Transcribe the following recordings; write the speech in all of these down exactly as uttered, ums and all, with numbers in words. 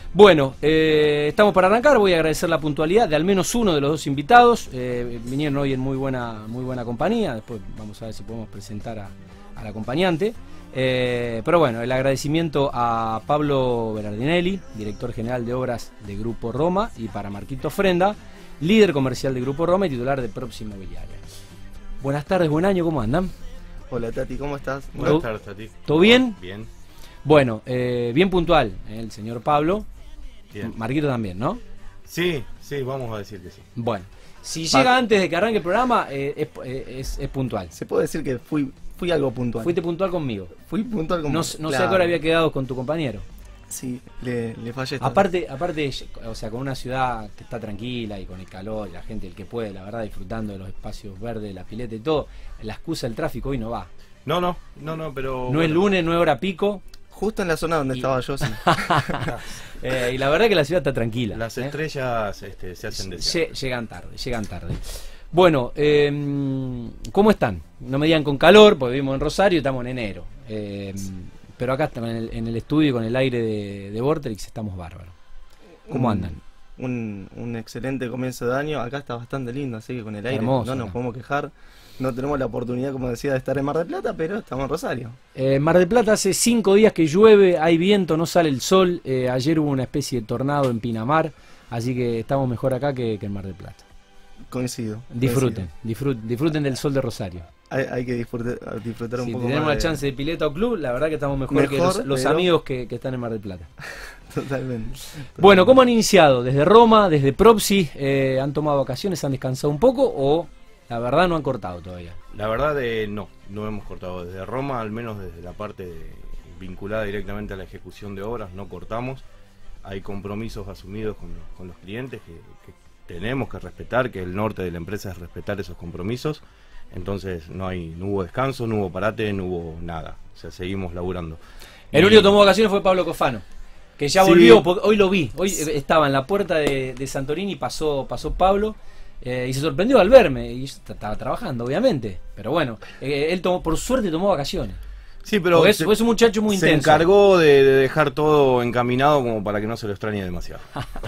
Bueno, eh, estamos para arrancar. Voy a agradecer la puntualidad de al menos uno de los dos invitados. Eh, vinieron hoy en muy buena, muy buena compañía. Después vamos a ver si podemos presentar a, al acompañante. Eh, pero bueno, el agradecimiento a Pablo Berardinelli, director general de obras de Grupo Roma, y para Marquito Frenda, líder comercial de Grupo Roma y titular de Proxi Inmobiliaria. Buenas tardes, buen año, ¿cómo andan? Hola Tati, ¿cómo estás? Buenas tardes, Tati. ¿Todo bien? Bien. Bueno, eh, bien puntual, eh, el señor Pablo. Bien. Marquito también, ¿no? Sí, sí, vamos a decir que sí. Bueno, si llega antes de que arranque el programa, eh, es, es, es puntual. Se puede decir que fui, fui algo puntual. Fuiste puntual conmigo. Fui puntual con No, no sé a qué hora había quedado con tu compañero. Sí, le, le fallé. esta Aparte, aparte, o sea, con una ciudad que está tranquila y con el calor y la gente, el que puede, la verdad, disfrutando de los espacios verdes, la pileta y todo, la excusa del tráfico hoy no va. No, no, no, no, pero... No es lunes, no es hora pico. Justo en la zona donde Y- estaba yo, sí. Eh, y la verdad que la ciudad está tranquila. Las ¿eh? estrellas este, se hacen Lle- desear. Llegan tarde, llegan tarde. Bueno, eh, ¿cómo están? No me digan con calor, porque vivimos en Rosario y estamos en enero. Eh, pero acá estamos en el, en el estudio con el aire de, de Vorterix, estamos bárbaros. ¿Cómo Un- andan? Un, un excelente comienzo de año. Acá está bastante lindo, así que con el aire Hermoso no nos acá. podemos quejar. No tenemos la oportunidad, como decía, de estar en Mar del Plata, pero estamos en Rosario. Eh, Mar del Plata hace cinco días que llueve, hay viento, no sale el sol. Eh, ayer hubo una especie de tornado en Pinamar, así que estamos mejor acá que, que en Mar del Plata. Coincido. Disfruten, coincido. disfruten, disfruten del sol de Rosario. Hay, hay que disfrutar, disfrutar un Si poco tenemos más. la chance de pileta o club, la verdad que estamos mejor, que Mejor, los, los pero- amigos que, que están en Mar del Plata. Totalmente. Bueno, ¿cómo han iniciado? ¿Desde Roma, desde Proxi? Eh, ¿Han tomado vacaciones, han descansado un poco o la verdad no han cortado todavía? La verdad, eh, no, no hemos cortado. Desde Roma, al menos desde la parte de- vinculada directamente a la ejecución de obras, no cortamos. Hay compromisos asumidos con, los- con los clientes que, que tenemos que respetar, que el norte de la empresa es respetar esos compromisos. Entonces no hay, no hubo descanso, no hubo parate, no hubo nada. O sea, seguimos laburando. El Y- único que tomó vacaciones fue Pablo Cofano, que ya Sí. volvió, porque hoy lo vi, hoy eh, estaba en la puerta de, de Santorini, pasó, pasó Pablo eh, y se sorprendió al verme, y yo t- estaba trabajando obviamente, pero bueno, eh, él tomó, por suerte tomó vacaciones, Sí, pero porque es, se- es un muchacho muy se intenso. encargó de, de dejar todo encaminado como para que no se lo extrañe demasiado.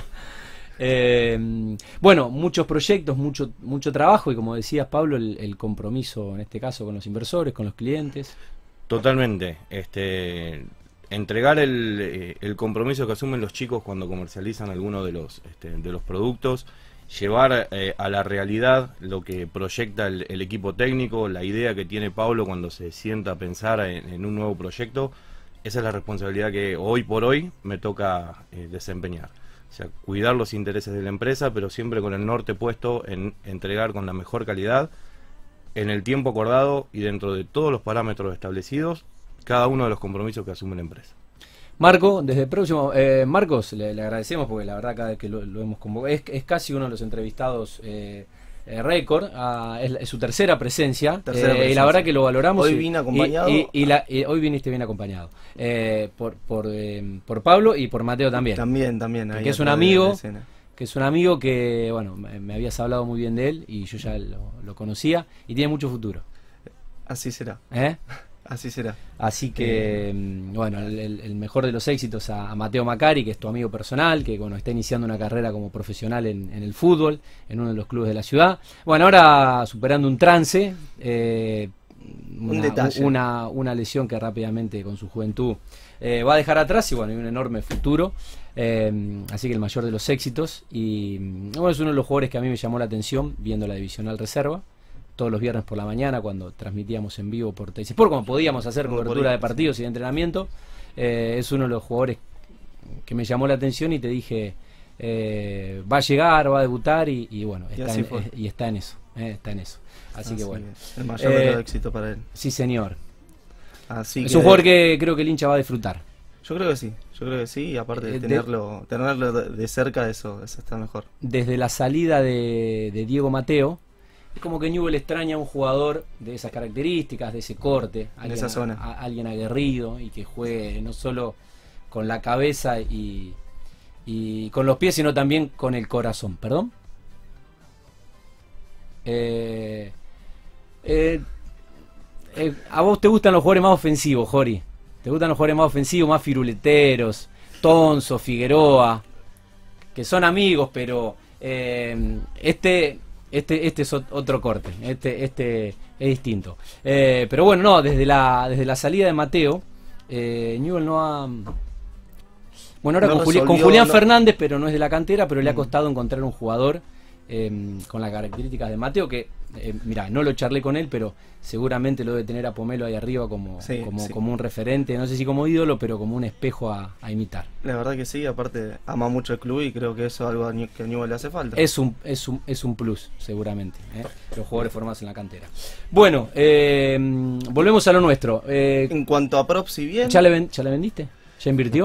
Eh, bueno, muchos proyectos, mucho, mucho trabajo y como decías Pablo, el, el compromiso en este caso con los inversores, con los clientes. Totalmente. Este, entregar el, eh, el compromiso que asumen los chicos cuando comercializan alguno de los, este, de los productos, llevar eh, a la realidad lo que proyecta el, el equipo técnico, la idea que tiene Pablo cuando se sienta a pensar en, en un nuevo proyecto. Esa es la responsabilidad que hoy por hoy me toca eh, desempeñar. O sea, cuidar los intereses de la empresa, pero siempre con el norte puesto en entregar con la mejor calidad, en el tiempo acordado y dentro de todos los parámetros establecidos, cada uno de los compromisos que asume la empresa. Marco, desde el próximo, eh, Marcos, le, le agradecemos porque la verdad cada vez que lo, lo hemos convocado, es, es casi uno de los entrevistados eh, eh, récord, ah, es, es su tercera presencia, Tercera eh, y la presencia. verdad que lo valoramos. Hoy y- vine acompañado. Y, y- y la- y hoy viniste bien acompañado, eh, por, por, eh, por Pablo y por Mateo también. También, también. ahí Porque es un atrás de amigo. la escena. Que es un amigo que, bueno, me, me habías hablado muy bien de él y yo ya lo, lo conocía y tiene mucho futuro. Así será, ¿eh? así será. Así que, mm, bueno, el, el- el mejor de los éxitos a, a Mateo Macari, que es tu amigo personal, que bueno, está iniciando una carrera como profesional en, en el fútbol, en uno de los clubes de la ciudad. Bueno, ahora superando un trance, eh, Un una, detalle. una, una lesión que rápidamente con su juventud eh, va a dejar atrás y bueno, hay un enorme futuro. Eh, así que el mayor de los éxitos. Y mm, bueno, es uno de los jugadores que a mí me llamó la atención viendo la divisional reserva. Todos los viernes por la mañana cuando transmitíamos en vivo por Teis Sport, como podíamos hacer Como cobertura podía, de partidos y de entrenamiento, eh, es uno de los jugadores que me llamó la atención y te dije, eh, va a llegar, va a debutar y, y bueno, Y está así en, fue. eh, y está en eso, eh, está en eso. Así, que bueno, es. El mayor de Eh, los éxitos para él. sí señor. Así Es que un jugador que creo que el hincha va a disfrutar. Yo creo que sí, yo creo que sí, y aparte Eh, de de- tenerlo, tenerlo de de cerca, eso, eso está mejor. Desde la salida de, de Diego Mateo, es como que Newell extraña a un jugador de esas características, de ese corte, alguien, esa a- zona. a- alguien aguerrido y que juegue no solo con la cabeza y, y con los pies, sino también con el corazón. ¿Perdón? Eh, eh, eh, ¿A vos te gustan los jugadores más ofensivos, Jori? ¿Te gustan los jugadores más ofensivos, más firuleteros? Tonzo, Figueroa, que son amigos, pero eh, este, este, este es otro corte, este, este es distinto. Eh, pero bueno, no, desde la, desde la salida de Mateo, eh, Newell no ha... Bueno, ahora No con, Juli- con resolvió, Julián no- Fernández, pero no es de la cantera, pero le ha Mm. costado encontrar un jugador eh, con las características de Mateo, que, eh, mira, no lo charlé con él, pero seguramente lo debe tener a Pomelo ahí arriba como, Sí, como, sí. como un referente, no sé si como ídolo, pero como un espejo a, a imitar. La verdad que sí, aparte ama mucho el club y creo que eso es algo a New- que a Newell le hace falta. Es un, es un, es un plus, seguramente, ¿eh? Los jugadores formados en la cantera. Bueno, eh, volvemos a lo nuestro. Eh, En cuanto a props, si bien ¿ya, le ven- ¿Ya le vendiste? ¿Ya invirtió?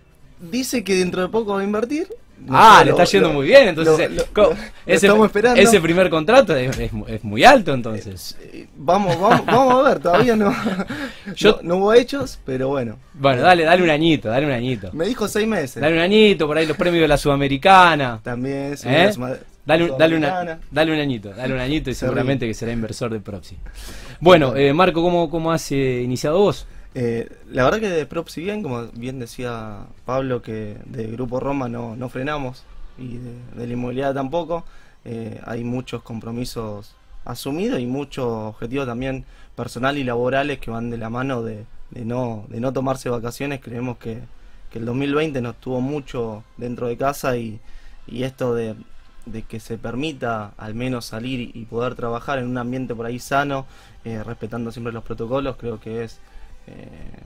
dice que dentro de poco va a invertir. no Ah, sé, le lo- está yendo lo- muy bien, entonces lo- eh, lo- co- lo- lo ese, estamos esperando. ese primer contrato es, es mu- es muy alto, entonces. Eh, Vamos, vamos, vamos a ver, todavía no, Yo- no, no hubo hechos, pero bueno. Bueno, dale, dale un añito, dale un añito. Me dijo seis meses. Dale un añito, por ahí los premios de la Sudamericana. También es ¿Eh? una Dale un, dale, una, Sudamericana. dale un añito, dale un añito y Se seguramente que será inversor de Propsi. Bueno, eh, Marco, ¿cómo, cómo has eh, iniciado vos? Eh, la verdad que de Prop, si bien, como bien decía Pablo, que de Grupo Roma no, no frenamos y de, de la inmobiliaria tampoco, eh, hay muchos compromisos asumidos y muchos objetivos también personales y laborales que van de la mano de, de no, de no tomarse vacaciones. Creemos que, que el dos mil veinte nos tuvo mucho dentro de casa y, y esto de, de que se permita al menos salir y, y poder trabajar en un ambiente por ahí sano, eh, respetando siempre los protocolos, creo que es Eh,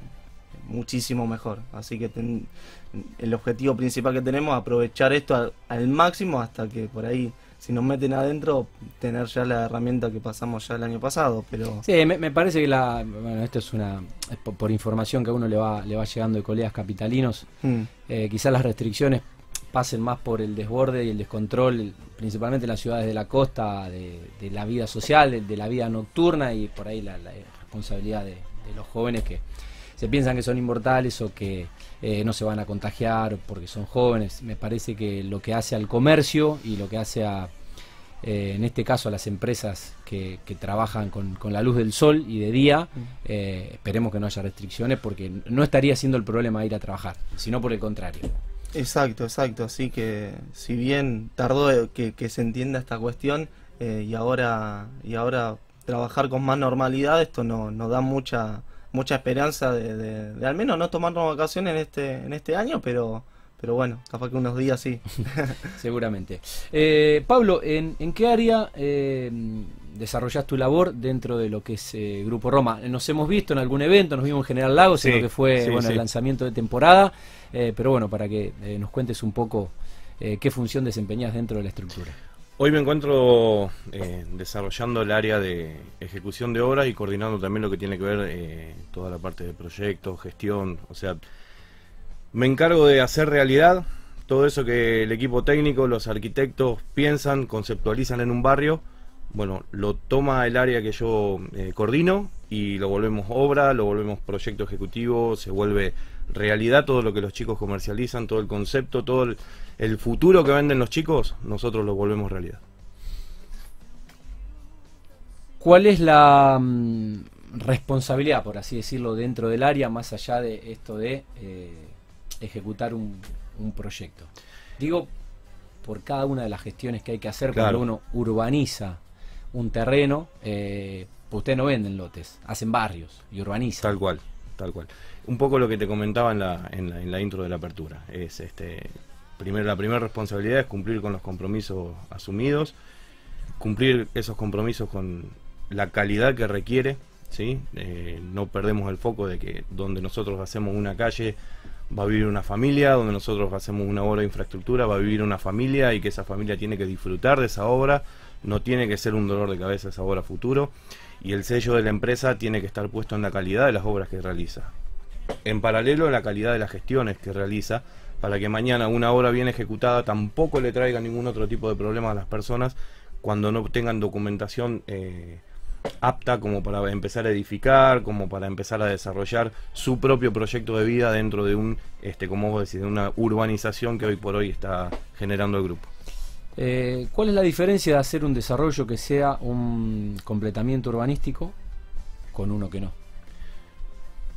muchísimo mejor. Así que ten- el objetivo principal que tenemos es aprovechar esto al, al máximo hasta que por ahí, si nos meten adentro, tener ya la herramienta que pasamos ya el año pasado. Pero Sí, me, me parece que la. Bueno, esto es una. Es por, por información que a uno le va, le va llegando de colegas capitalinos. mm, Eh, quizás las restricciones pasen más por el desborde y el descontrol, principalmente en las ciudades de la costa, de, de la vida social, de, de la vida nocturna y por ahí la, la responsabilidad de, de los jóvenes que se piensan que son inmortales o que eh, no se van a contagiar porque son jóvenes. Me parece que lo que hace al comercio y lo que hace a, eh, en este caso a las empresas que, que trabajan con, con la luz del sol y de día, eh, esperemos que no haya restricciones porque no estaría siendo el problema ir a trabajar, sino por el contrario. exacto, exacto. Así que si bien tardó eh, que, que se entienda esta cuestión eh, y ahora y ahora trabajar con más normalidad, esto no- nos da mucha mucha esperanza de, de- de al menos no tomarnos vacaciones en este en este año, pero pero bueno, capaz que unos días sí. Seguramente. Eh, Pablo, ¿en, en qué área eh, desarrollás tu labor dentro de lo que es eh, Grupo Roma? Nos hemos visto en algún evento, nos vimos en General Lagos, Sí, en lo que fue sí, bueno, sí. el lanzamiento de temporada, eh, pero bueno, para que eh, nos cuentes un poco eh, qué función desempeñás dentro de la estructura. Hoy me encuentro eh, desarrollando el área de ejecución de obras y coordinando también lo que tiene que ver eh, toda la parte de proyectos, gestión, o sea, me encargo de hacer realidad todo eso que el equipo técnico, los arquitectos piensan, conceptualizan en un barrio. Bueno, lo toma el área que yo eh, coordino y lo volvemos obra, lo volvemos proyecto ejecutivo, se vuelve realidad todo lo que los chicos comercializan, todo el concepto, todo el, el futuro que venden los chicos, nosotros lo volvemos realidad. ¿Cuál es la mm, responsabilidad, por así decirlo, dentro del área, más allá de esto de eh, ejecutar un, un proyecto? Digo, por cada una de las gestiones que hay que hacer Claro. cuando uno urbaniza un terreno, eh, pues ustedes no venden lotes, hacen barrios y urbanizan. Tal cual, tal cual. Un poco lo que te comentaba en la, en la, en la intro de la apertura. Es este primero, la primera responsabilidad es cumplir con los compromisos asumidos, cumplir esos compromisos con la calidad que requiere, ¿sí? Eh, no perdemos el foco de que donde nosotros hacemos una calle va a vivir una familia, donde nosotros hacemos una obra de infraestructura va a vivir una familia y que esa familia tiene que disfrutar de esa obra, no tiene que ser un dolor de cabeza esa obra futuro, y el sello de la empresa tiene que estar puesto en la calidad de las obras que realiza. En paralelo, en la calidad de las gestiones que realiza, para que mañana una obra bien ejecutada tampoco le traiga ningún otro tipo de problema a las personas cuando no tengan documentación eh, apta como para empezar a edificar, como para empezar a desarrollar su propio proyecto de vida dentro de un, este, como vos decís, de una urbanización que hoy por hoy está generando el grupo. Eh, ¿Cuál es la diferencia de hacer un desarrollo que sea un completamiento urbanístico con uno que no?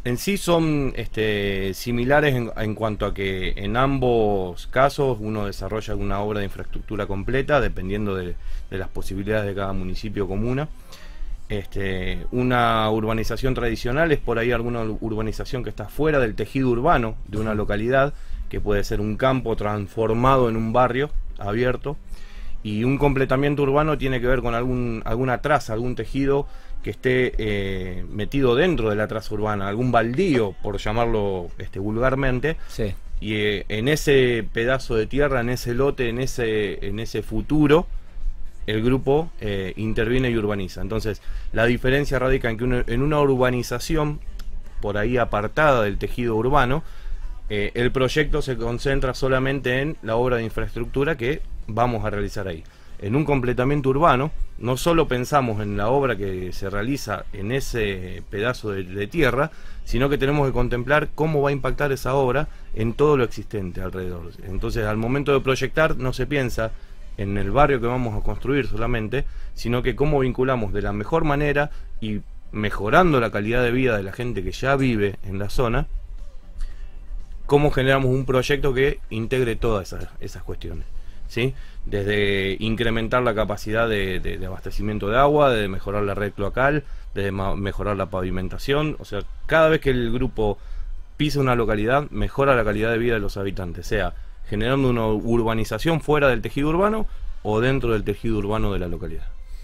En sí son este, similares en, en cuanto a que en ambos casos uno desarrolla una obra de infraestructura completa dependiendo de, de las posibilidades de cada municipio o comuna. Este, una urbanización tradicional es por ahí alguna urbanización que está fuera del tejido urbano de una localidad, que puede ser un campo transformado en un barrio abierto, y un completamiento urbano tiene que ver con algún, alguna traza, algún tejido que esté eh, metido dentro de la traza urbana, algún baldío, por llamarlo este, vulgarmente, sí. y eh, en ese pedazo de tierra, en ese lote, en ese, en ese futuro, el grupo eh, interviene y urbaniza. Entonces, la diferencia radica en que una, en una urbanización, por ahí apartada del tejido urbano, eh, el proyecto se concentra solamente en la obra de infraestructura que vamos a realizar ahí. En un completamiento urbano, no solo pensamos en la obra que se realiza en ese pedazo de, de tierra, sino que tenemos que contemplar cómo va a impactar esa obra en todo lo existente alrededor. Entonces, al momento de proyectar, no se piensa en el barrio que vamos a construir solamente, sino que cómo vinculamos de la mejor manera y mejorando la calidad de vida de la gente que ya vive en la zona, cómo generamos un proyecto que integre todas esas, esas cuestiones, ¿sí? Desde incrementar la capacidad de, de, de abastecimiento de agua, de mejorar la red cloacal, de mejorar la pavimentación. O sea, cada vez que el grupo pisa una localidad, mejora la calidad de vida de los habitantes, sea generando una urbanización fuera del tejido urbano o dentro del tejido urbano de la localidad.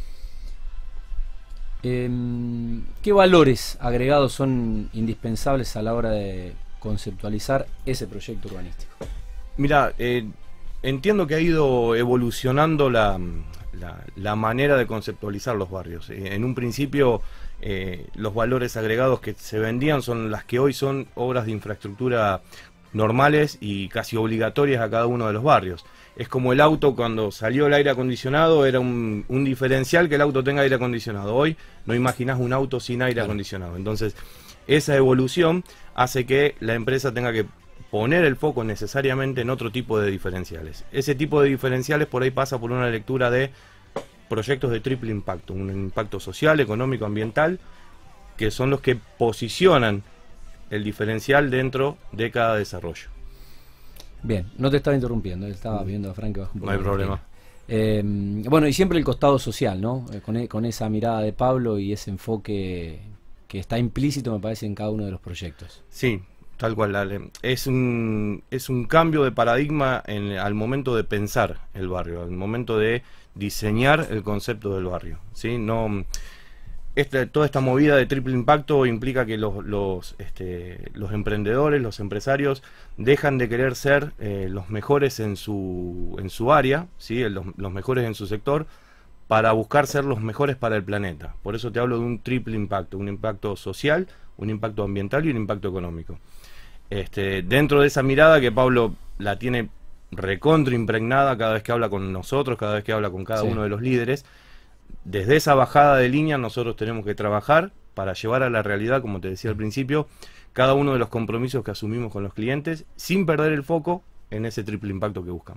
Eh, ¿Qué valores agregados son indispensables a la hora de conceptualizar ese proyecto urbanístico? Mira, eh, entiendo que ha ido evolucionando la, la, la manera de conceptualizar los barrios. Eh, en un principio, eh, los valores agregados que se vendían son las que hoy son obras de infraestructura normales y casi obligatorias a cada uno de los barrios. Es como el auto cuando salió el aire acondicionado, era un, un diferencial que el auto tenga aire acondicionado. Hoy no imaginás un auto sin aire claro. acondicionado. Entonces, esa evolución hace que la empresa tenga que poner el foco necesariamente en otro tipo de diferenciales. Ese tipo de diferenciales por ahí pasa por una lectura de proyectos de triple impacto, un impacto social, económico, ambiental, que son los que posicionan el diferencial dentro de cada desarrollo. Bien, no te estaba interrumpiendo, estaba viendo a Frank que baja un poco. No hay problema. Eh, bueno, y siempre el costado social, ¿no? Eh, con, e, con esa mirada de Pablo y ese enfoque que está implícito, me parece, en cada uno de los proyectos. Sí, tal cual, Ale. Es un, es un cambio de paradigma en, al momento de pensar el barrio, al momento de diseñar el concepto del barrio, ¿sí? No... Esta, toda esta movida de triple impacto implica que los, los, este, los emprendedores, los empresarios dejan de querer ser eh, los mejores en su, en su área, ¿sí? los, los mejores en su sector, para buscar ser los mejores para el planeta. Por eso te hablo de un triple impacto, un impacto social, un impacto ambiental y un impacto económico. Este, dentro de esa mirada que Pablo la tiene recontra impregnada cada vez que habla con nosotros, cada vez que habla con cada sí. uno de los líderes, desde esa bajada de línea nosotros tenemos que trabajar para llevar a la realidad, como te decía al principio, cada uno de los compromisos que asumimos con los clientes, sin perder el foco en ese triple impacto que buscamos.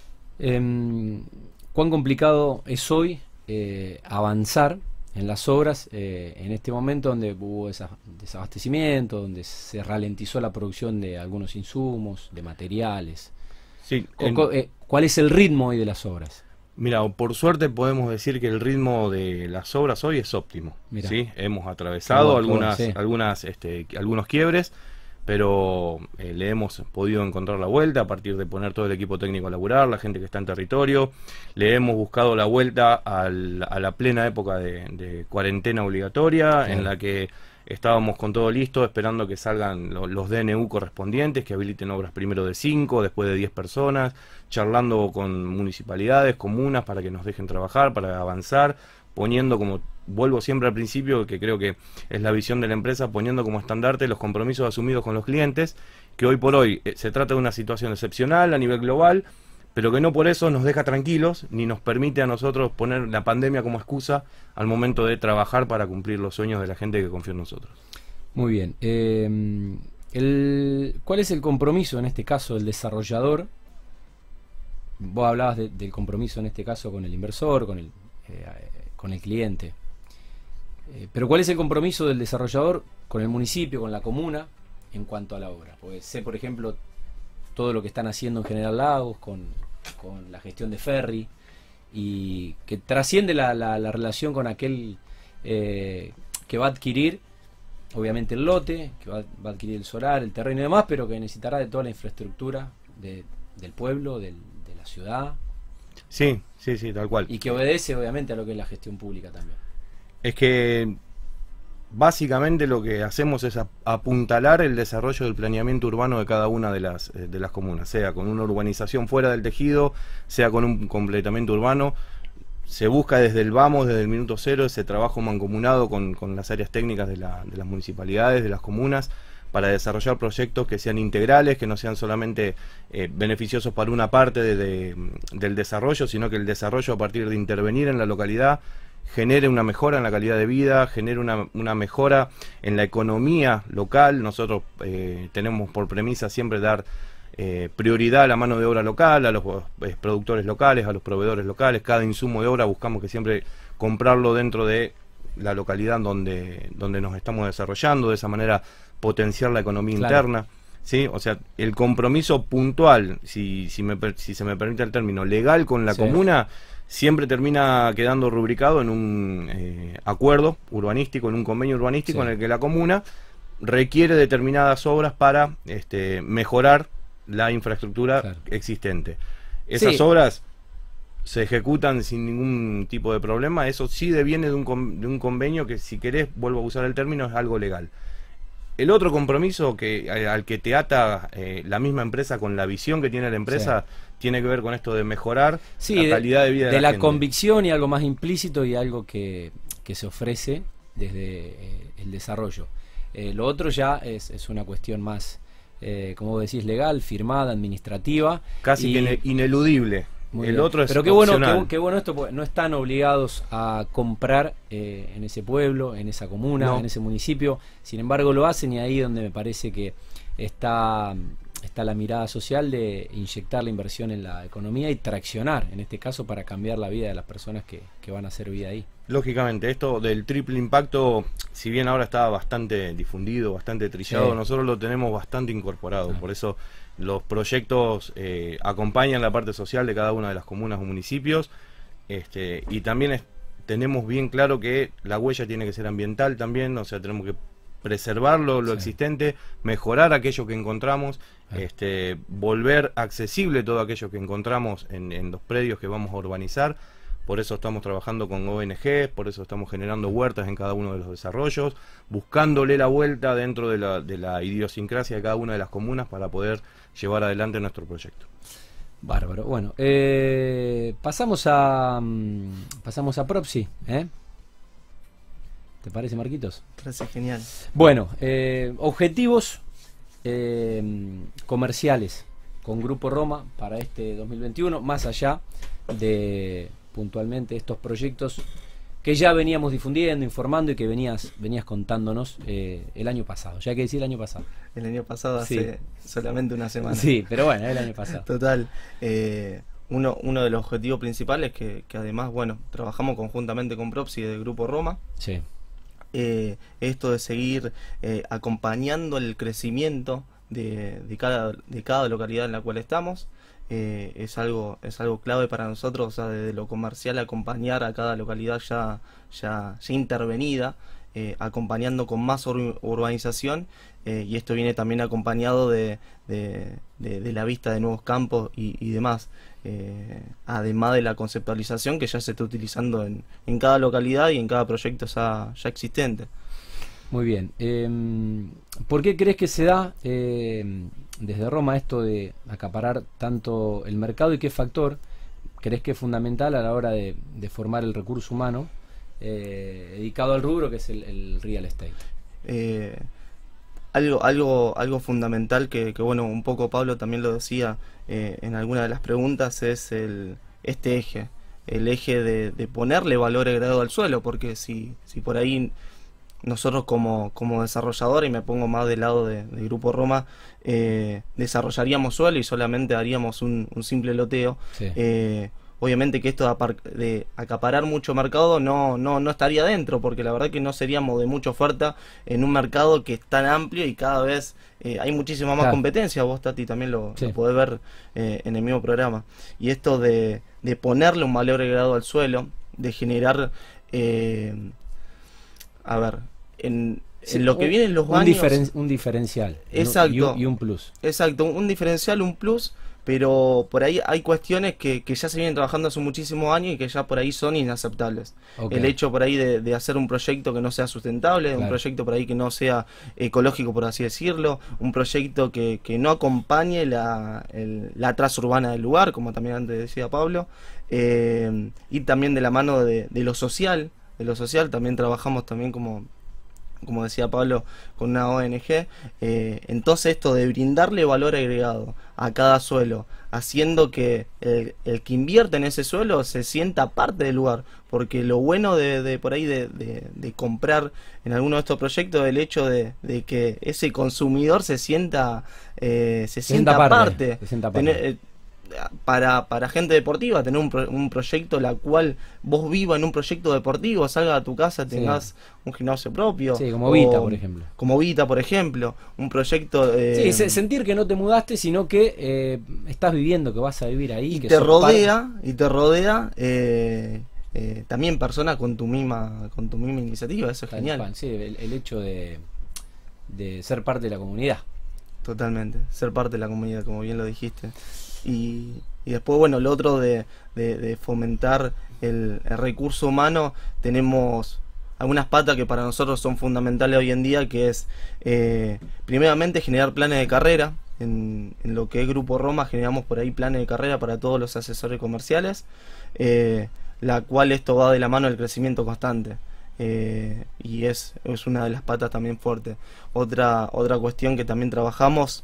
Eh, ¿Cuán complicado es hoy eh, avanzar en las obras eh, en este momento donde hubo esa, desabastecimiento, donde se ralentizó la producción de algunos insumos, de materiales? Sí, en... ¿Cuál es el ritmo hoy de las obras? Mira, por suerte podemos decir que el ritmo de las obras hoy es óptimo. ¿Sí? Hemos atravesado bueno, algunas, bueno, sí. algunas, este, algunos quiebres, pero eh, le hemos podido encontrar la vuelta a partir de poner todo el equipo técnico a laburar, la gente que está en territorio. Le hemos buscado la vuelta al, a la plena época de, de cuarentena obligatoria, sí. en la que estábamos con todo listo, esperando que salgan lo, los D N U correspondientes, que habiliten obras primero de cinco, después de diez personas, charlando con municipalidades, comunas, para que nos dejen trabajar, para avanzar, poniendo como, vuelvo siempre al principio, que creo que es la visión de la empresa, poniendo como estandarte los compromisos asumidos con los clientes, que hoy por hoy eh, se trata de una situación excepcional a nivel global, pero que no por eso nos deja tranquilos, ni nos permite a nosotros poner la pandemia como excusa al momento de trabajar para cumplir los sueños de la gente que confía en nosotros. Muy bien. Eh, el, ¿Cuál es el compromiso en este caso del desarrollador? Vos hablabas de, del compromiso en este caso con el inversor, con el, eh, con el cliente. Eh, pero ¿cuál es el compromiso del desarrollador con el municipio, con la comuna, en cuanto a la obra? Porque sé, por ejemplo, todo lo que están haciendo en General Lagos con, con la gestión de ferry, y que trasciende la, la, la relación con aquel eh, que va a adquirir, obviamente, el lote, que va, va a adquirir el solar, el terreno y demás, pero que necesitará de toda la infraestructura de, del pueblo, del, de la ciudad. Sí, sí, sí, tal cual. Y que obedece, obviamente, a lo que es la gestión pública también. Es que básicamente lo que hacemos es apuntalar el desarrollo del planeamiento urbano de cada una de las, de las comunas, sea con una urbanización fuera del tejido, sea con un completamiento urbano. Se busca desde el vamos, desde el minuto cero, ese trabajo mancomunado con, con las áreas técnicas de, la, de las municipalidades, de las comunas, para desarrollar proyectos que sean integrales, que no sean solamente eh, beneficiosos para una parte de, de, del desarrollo, sino que el desarrollo, a partir de intervenir en la localidad, genere una mejora en la calidad de vida, genere una, una mejora en la economía local. Nosotros eh, tenemos por premisa siempre dar eh, prioridad a la mano de obra local, a los eh, productores locales, a los proveedores locales. Cada insumo de obra buscamos que siempre comprarlo dentro de la localidad donde, donde nos estamos desarrollando, de esa manera potenciar la economía Claro. interna. ¿Sí? O sea, el compromiso puntual, si, si, me, si se me permite el término, legal con la Sí. comuna, siempre termina quedando rubricado en un eh, acuerdo urbanístico, en un convenio urbanístico, Sí. en el que la comuna requiere determinadas obras para este, mejorar la infraestructura Claro. existente. Esas Sí. obras se ejecutan sin ningún tipo de problema. Eso sí deviene de un, con- de un convenio que, si querés, vuelvo a usar el término, es algo legal. El otro compromiso que al que te ata eh, la misma empresa con la visión que tiene la empresa, sí, tiene que ver con esto de mejorar Sí, la de- calidad de vida de, de la, la gente. convicción, y algo más implícito, y algo que, que se ofrece desde eh, el desarrollo. Eh, lo otro ya es, es una cuestión más, eh, como vos decís, legal, firmada, administrativa. Casi y- que ine- ineludible. Muy El bien. otro es Pero qué bueno, opcional. qué, qué bueno esto, porque no están obligados a comprar eh, en ese pueblo, en esa comuna, No. en ese municipio. Sin embargo, lo hacen, y ahí donde me parece que está, está la mirada social de inyectar la inversión en la economía y traccionar, en este caso, para cambiar la vida de las personas que, que van a hacer vida ahí. Lógicamente, esto del triple impacto, si bien ahora está bastante difundido, bastante trillado, Sí. nosotros lo tenemos bastante incorporado. Ah. Por eso los proyectos eh, acompañan la parte social de cada una de las comunas o municipios, este, y también es- tenemos bien claro que la huella tiene que ser ambiental también, o sea, tenemos que preservar lo, lo Sí. existente, mejorar aquello que encontramos, Ah. este, volver accesible todo aquello que encontramos en, en los predios que vamos a urbanizar. Por eso estamos trabajando con O N Ges, por eso estamos generando huertas en cada uno de los desarrollos, buscándole la vuelta dentro de la, de la idiosincrasia de cada una de las comunas para poder llevar adelante nuestro proyecto. Bárbaro. Bueno, eh, pasamos a mm, pasamos a Propsi, ¿eh? ¿Te parece, Marquitos? Parece genial. Bueno, eh, objetivos eh, comerciales con Grupo Roma para este dos mil veintiuno, más allá de puntualmente estos proyectos que ya veníamos difundiendo, informando, y que venías venías contándonos eh, el año pasado. Ya hay que decir el año pasado. El año pasado, Sí. hace solamente una semana. Sí, pero bueno, el año pasado. Total. eh, uno, uno de los objetivos principales que, que además, bueno, trabajamos conjuntamente con Propsi del Grupo Roma, Sí, eh, esto de seguir eh, acompañando el crecimiento de, de, cada, de cada localidad en la cual estamos. Eh, es algo es algo clave para nosotros, o sea, desde lo comercial, acompañar a cada localidad ya, ya, ya intervenida, eh, acompañando con más ur- urbanización, eh, y esto viene también acompañado de, de, de- de la vista de nuevos campos y, y demás, eh, además de la conceptualización que ya se está utilizando en, en cada localidad y en cada proyecto ya, ya existente. muy bien. Eh, ¿Por qué crees que se da eh, desde Roma esto de acaparar tanto el mercado, y qué factor crees que es fundamental a la hora de, de formar el recurso humano eh, dedicado al rubro que es el, el real estate? Eh, algo, algo, algo fundamental que, que, bueno, un poco Pablo también lo decía eh, en alguna de las preguntas, es el, este eje, el eje de, de ponerle valor agregado al suelo, porque si, si por ahí nosotros como, como desarrollador, y me pongo más del lado de, de Grupo Roma, eh, desarrollaríamos suelo y solamente haríamos un, un simple loteo, Sí. eh, obviamente que esto de, apar- de acaparar mucho mercado no, no, no estaría dentro, porque la verdad que no seríamos de mucha oferta en un mercado que es tan amplio y cada vez eh, hay muchísima más Claro. competencia. Vos, Tati, también lo, Sí. lo podés ver eh, en el mismo programa. Y esto de, de ponerle un valor agregado al suelo, de generar, eh, a ver, en, Sí, en lo que un- vienen los un, años... diferen- un diferencial. y un- Exacto. Y un, y un plus. Exacto, un diferencial, un plus, pero por ahí hay cuestiones que, que ya se vienen trabajando hace muchísimos años y que ya por ahí son inaceptables. Ok. El hecho por ahí de, de hacer un proyecto que no sea sustentable, un Claro. proyecto por ahí que no sea ecológico, por así decirlo, un proyecto que, que no acompañe la, el- la traza urbana del lugar, como también antes decía Pablo, eh, y también de la mano de, de lo social, de lo social también trabajamos también como como decía Pablo, con una O N G. Eh, entonces esto de brindarle valor agregado a cada suelo, haciendo que el, el que invierte en ese suelo se sienta parte del lugar, porque lo bueno de, de por ahí de, de- de comprar en alguno de estos proyectos es el hecho de, de que ese consumidor se sienta eh, se, Se sienta sienta parte, parte, se sienta parte. Tener, eh, para, para gente deportiva, tener un, pro- un proyecto la cual vos vivas en un proyecto deportivo, salga a tu casa, Sí. tengas un gimnasio propio. Sí, como o- Vita, por ejemplo. Como Vita, por ejemplo. Un proyecto... eh, Sí, se- sentir que no te mudaste, sino que eh, estás viviendo, que vas a vivir ahí. y que te sos rodea, y te rodea eh, eh, también personas con tu misma con tu misma iniciativa. Eso es Tal genial. cual, sí, el, el hecho de, de ser parte de la comunidad. Totalmente, ser parte de la comunidad, como bien lo dijiste. Y, y después, bueno, lo otro de, de- de fomentar el, el recurso humano, tenemos algunas patas que para nosotros son fundamentales hoy en día, que es, eh, primeramente, generar planes de carrera. En, en lo que es Grupo Roma generamos por ahí planes de carrera para todos los asesores comerciales, eh, la cual esto va de la mano del crecimiento constante. Eh, y es, es una de las patas también fuertes. Otra, otra cuestión que también trabajamos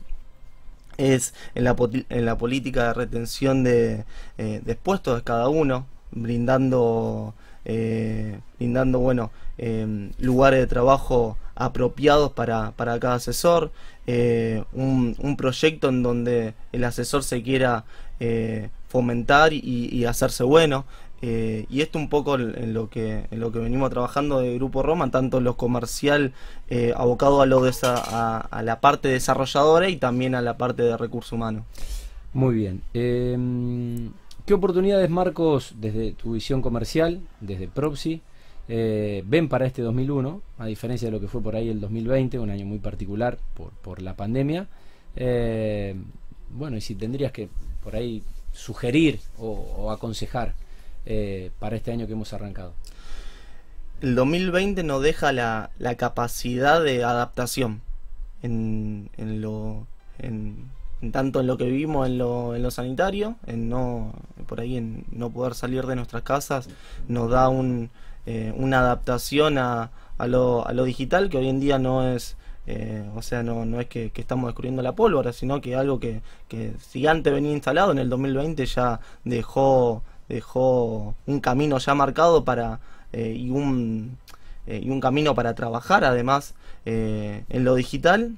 es en la, poti- en la política de retención de, eh, de puestos de cada uno, brindando, eh, brindando bueno, eh, lugares de trabajo apropiados para, para cada asesor, eh, un, un proyecto en donde el asesor se quiera eh, fomentar y, y hacerse bueno. Eh, y esto un poco en en lo que en lo que venimos trabajando de Grupo Roma, tanto lo comercial eh, abocado a lo desa- a, a la parte desarrolladora y también a la parte de recursos humanos. Muy bien. Eh, ¿Qué oportunidades, Marcos, desde tu visión comercial, desde Propsi, eh, ven para este dos mil uno, a diferencia de lo que fue por ahí el dos mil veinte, un año muy particular por, por la pandemia? Eh, bueno, y si tendrías que por ahí sugerir o, o aconsejar eh, para este año que hemos arrancado. El dos mil veinte nos deja la, la capacidad de adaptación en, en lo en, en tanto en lo que vivimos en lo, en lo sanitario, en no por ahí en no poder salir de nuestras casas, nos da un, eh, una adaptación a, a, lo, a lo digital, que hoy en día no es eh, o sea, no, no es que, que estamos descubriendo la pólvora, sino que algo que, que si antes venía instalado, en el dos mil veinte ya dejó dejó un camino ya marcado para eh, y un eh, y un camino para trabajar además eh, en lo digital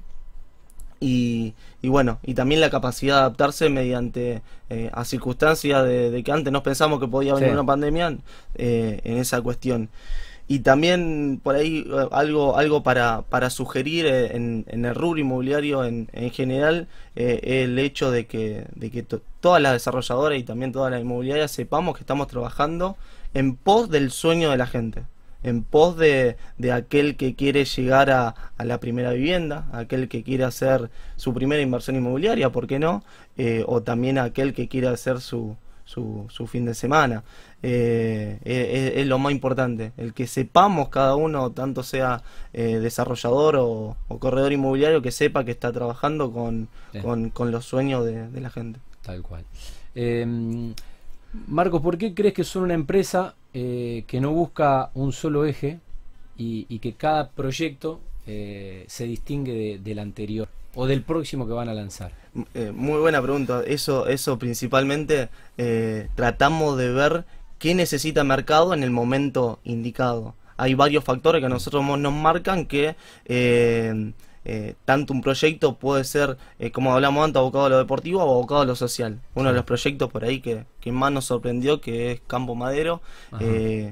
y, y bueno, y también la capacidad de adaptarse mediante eh, a circunstancias de, de que antes no pensamos que podía venir Sí. una pandemia eh, en esa cuestión. Y también por ahí eh, algo algo para, para sugerir eh, en, en el rubro inmobiliario en, en general, eh, el hecho de que, de que to- todas las desarrolladoras y también todas las inmobiliarias sepamos que estamos trabajando en pos del sueño de la gente, en pos de, de aquel que quiere llegar a, a la primera vivienda, aquel que quiere hacer su primera inversión inmobiliaria, ¿por qué no? Eh, o también aquel que quiere hacer su, su, su fin de semana. Eh, es, es lo más importante, el que sepamos cada uno, tanto sea eh, desarrollador o, o corredor inmobiliario, que sepa que está trabajando con, Sí. con, con los sueños de, de la gente. Tal cual. Eh, Marcos, ¿por qué crees que son una empresa eh, que no busca un solo eje y, y que cada proyecto eh, se distingue de- del anterior o del próximo que van a lanzar? Eh, muy buena pregunta. Eso, eso principalmente eh, tratamos de ver qué necesita el mercado en el momento indicado. Hay varios factores que a nosotros mo- nos marcan que, eh, eh, tanto un proyecto puede ser, eh, como hablamos antes, abocado a lo deportivo o abocado a lo social. Uno de los proyectos por ahí que, que más nos sorprendió, que es Campo Madero, eh,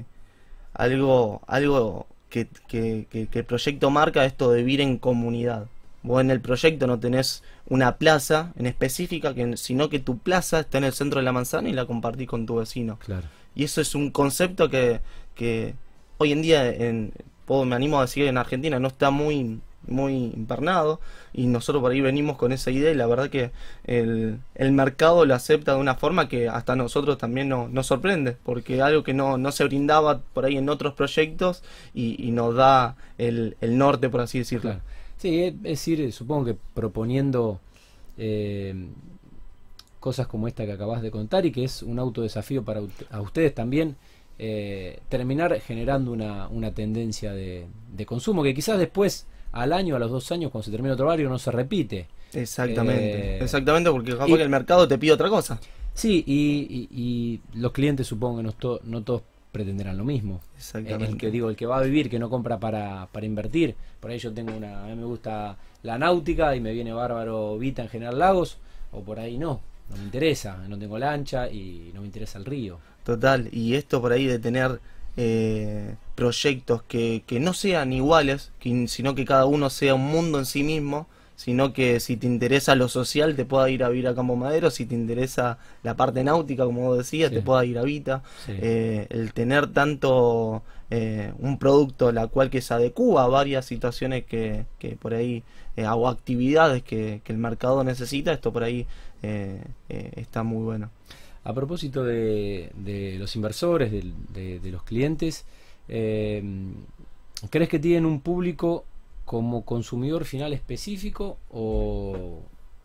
algo, algo que, que, que, que el proyecto marca esto de vivir en comunidad. Vos en el proyecto no tenés una plaza en específica, que, sino que tu plaza está en el centro de la manzana y la compartís con tu vecino. Claro. Y eso es un concepto que, que hoy en día, en, puedo, me animo a decir, en Argentina no está muy muy imparnado, y nosotros por ahí venimos con esa idea, y la verdad que el, el mercado lo acepta de una forma que hasta a nosotros también no, nos sorprende, porque algo que no, no se brindaba por ahí en otros proyectos, y, y nos da el, el norte, por así decirlo. Claro. Sí, es decir, supongo que proponiendo eh, cosas como esta que acabas de contar, y que es un autodesafío para a ustedes también, eh, terminar generando una, una tendencia de, de consumo que quizás después, al año, a los dos años, cuando se termina otro barrio, no se repite. Exactamente, Eh, exactamente, porque capaz y, que el mercado te pide otra cosa. Sí, y, y, y los clientes supongo que no, to, no todos pretenderán lo mismo. Exactamente. El que digo, el que va a vivir, que no compra para, para invertir. Por ahí yo tengo una, a mí me gusta la náutica y me viene bárbaro Vita en General Lagos, o por ahí no, no me interesa, no tengo lancha y no me interesa el río. Total, y esto por ahí de tener eh, proyectos que, que no sean iguales, que, sino que cada uno sea un mundo en sí mismo, sino que si te interesa lo social te pueda ir a vivir a Campo Madero, si te interesa la parte náutica, como vos decías, Sí. te pueda ir a Vita. Sí. Eh, el tener tanto eh, un producto la cual que se adecua a varias situaciones que, que por ahí, eh, o actividades que, que el mercado necesita, esto por ahí eh, eh, está muy bueno. A propósito de, de los inversores, de, de, de los clientes, eh, ¿crees que tienen un público como consumidor final específico o,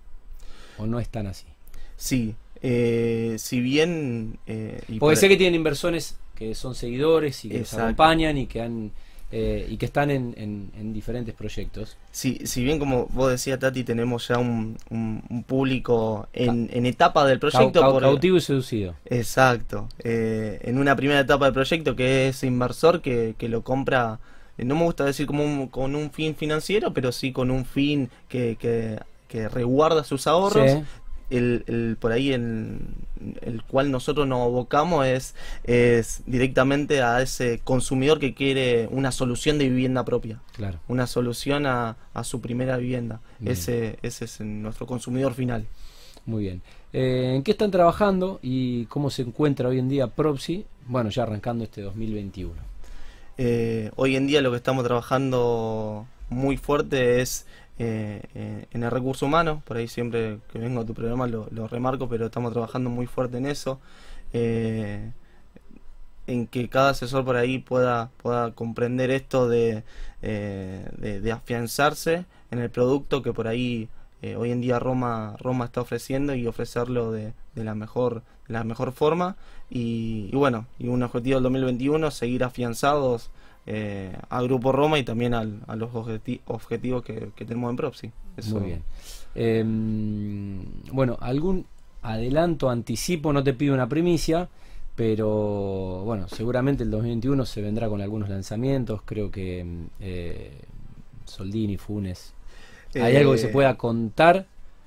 o no es tan así? Sí, eh, si bien... Eh, y Porque por- sé que tienen inversores que son seguidores y que los Exacto. acompañan y que han eh, y que están en, en, en diferentes proyectos. Si, si bien, como vos decías, Tati, tenemos ya un, un, un público en, en etapa del proyecto. Cau- cau- por- cautivo y seducido. Exacto. Eh, en una primera etapa del proyecto, que es inversor que, que lo compra, eh, no me gusta decir como un, con un fin financiero, pero sí con un fin que, que, que resguarda sus ahorros. Sí. El, el, por ahí el, el cual nosotros nos abocamos es, es directamente a ese consumidor que quiere una solución de vivienda propia, Claro. una solución a, a su primera vivienda. Bien. Ese, ese es nuestro consumidor final. Muy bien. Eh, ¿En qué están trabajando y cómo se encuentra hoy en día Propsi? Bueno, ya arrancando este dos mil veintiuno. Eh, hoy en día lo que estamos trabajando muy fuerte es eh, eh, en el recurso humano. Por ahí siempre que vengo a tu programa lo, lo remarco, pero estamos trabajando muy fuerte en eso. Eh, en que cada asesor por ahí pueda, pueda comprender esto de, eh, de, de afianzarse en el producto que por ahí eh, hoy en día Roma, Roma está ofreciendo, y ofrecerlo de, de la mejor, de la mejor forma. Y, y bueno, y un objetivo del dos mil veintiuno, seguir afianzados eh, al Grupo Roma y también al, a los objeti- objetivos que, que tenemos en Propsi. Eso. Muy bien. Eh, bueno, algún adelanto, anticipo, no te pido una primicia, pero bueno, seguramente el dos mil veintiuno se vendrá con algunos lanzamientos. Creo que eh, Soldini, Funes. ¿Hay Eh, algo que se pueda contar?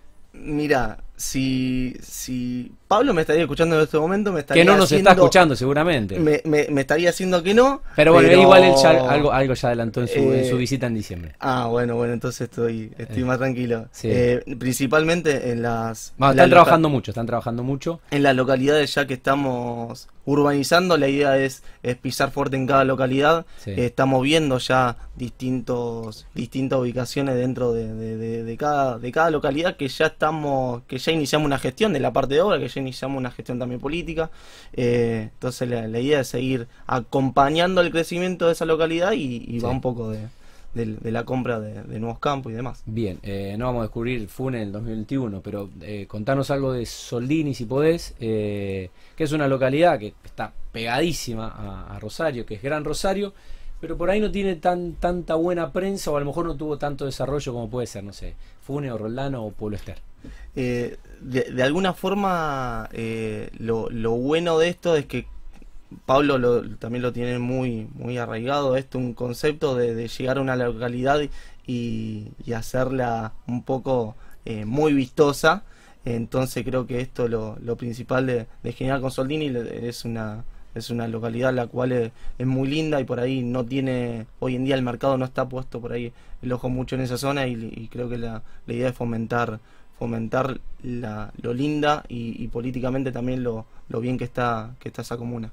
Mira, si, si Pablo me estaría escuchando en este momento, me estaría Que no nos haciendo, está escuchando seguramente. Me, me, me estaría haciendo que no. Pero bueno, pero- igual él ya algo, algo ya adelantó en su, en Eh, su visita en diciembre. Ah, bueno, bueno, entonces estoy, estoy Eh, más tranquilo. sí. Eh, principalmente en las... Bueno, en la están loca- trabajando mucho, están trabajando mucho. En las localidades ya que estamos urbanizando, la idea es, es pisar fuerte en cada localidad. Sí. Eh, estamos viendo ya distintos distintas ubicaciones dentro de, de- de- de cada de cada localidad, que ya estamos que ya iniciamos una gestión de la parte de obra, que ya iniciamos una gestión también política. Eh, entonces la, la idea es seguir acompañando el crecimiento de esa localidad, y, y va Sí. un poco de, de- de la compra de, de nuevos campos y demás. Bien, eh, no vamos a descubrir Funes en el dos mil veintiuno, pero eh, contanos algo de Soldini si podés, eh, que es una localidad que está pegadísima a, a Rosario, que es Gran Rosario, pero por ahí no tiene tan tanta buena prensa, o a lo mejor no tuvo tanto desarrollo como puede ser, no sé, Funes o Roldano o Pueblo Ester. Eh, de, de alguna forma, eh, lo, lo bueno de esto es que Pablo lo- también lo tiene muy muy arraigado esto, un concepto de, de llegar a una localidad y, y, y hacerla un poco eh, muy vistosa. Entonces creo que esto lo, lo principal de, de General Consoldini es una, es una localidad la cual es, es muy linda y por ahí no tiene, hoy en día el mercado no está puesto por ahí el ojo mucho en esa zona y, y creo que la, la idea es fomentar fomentar la, lo linda y, y políticamente también lo, lo bien que está, que está esa comuna.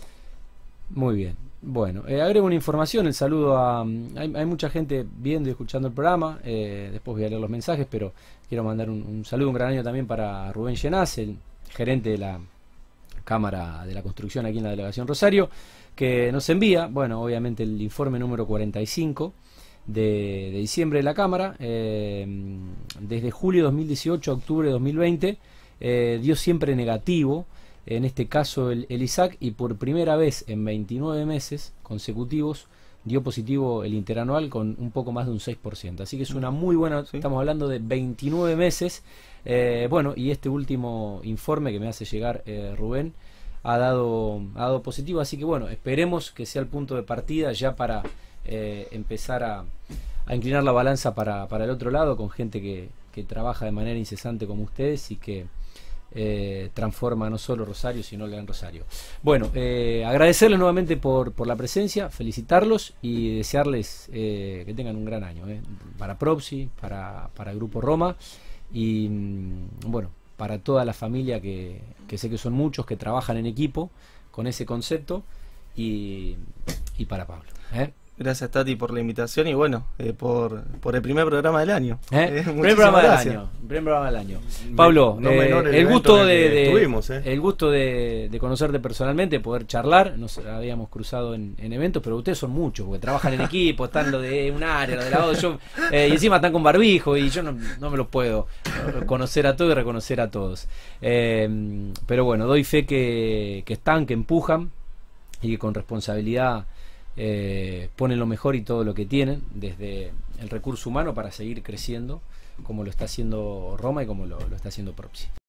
Muy bien. Bueno, eh, agrego una información, el saludo a... Hay, hay mucha gente viendo y escuchando el programa, eh, después voy a leer los mensajes, pero quiero mandar un, un saludo, un gran año también para Rubén Llenás, el gerente de la Cámara de la Construcción aquí en la Delegación Rosario, que nos envía, bueno, obviamente el informe número cuarenta y cinco de, de diciembre de la Cámara, eh, desde julio de dos mil dieciocho a octubre de dos mil veinte, eh, dio siempre negativo, en este caso el, el I S A C, y por primera vez en veintinueve meses consecutivos dio positivo el interanual con un poco más de un seis por ciento. Así que es una muy buena, ¿sí? Estamos hablando de veintinueve meses. Eh, bueno, y este último informe que me hace llegar eh, Rubén ha dado, ha dado positivo. Así que bueno, esperemos que sea el punto de partida ya para eh, empezar a, a inclinar la balanza para, para el otro lado, con gente que, que trabaja de manera incesante como ustedes y que Eh, transforma no solo Rosario sino el Gran Rosario. Bueno, eh, agradecerles nuevamente por, por la presencia, felicitarlos y desearles eh, que tengan un gran año eh, para Propsi, para, para el Grupo Roma y bueno, para toda la familia que, que sé que son muchos que trabajan en equipo con ese concepto y, y para Pablo eh. Gracias, Tati, por la invitación y bueno, eh, por, por el primer programa del año. ¿Eh? Eh, primer programa del año. Primer programa del año. Pablo, no eh, el, el gusto de, de estuvimos, eh. el gusto de, de conocerte personalmente, poder charlar. Nos habíamos cruzado en, en eventos, pero ustedes son muchos, porque trabajan en equipo, están lo de un área, lo de la otra, yo, eh, y encima están con barbijo y yo no, no me los puedo conocer a todos y reconocer a todos. Eh, pero bueno, doy fe que, que están, que empujan y que con responsabilidad Eh, ponen lo mejor y todo lo que tienen desde el recurso humano para seguir creciendo como lo está haciendo Roma y como lo, lo está haciendo Propsi.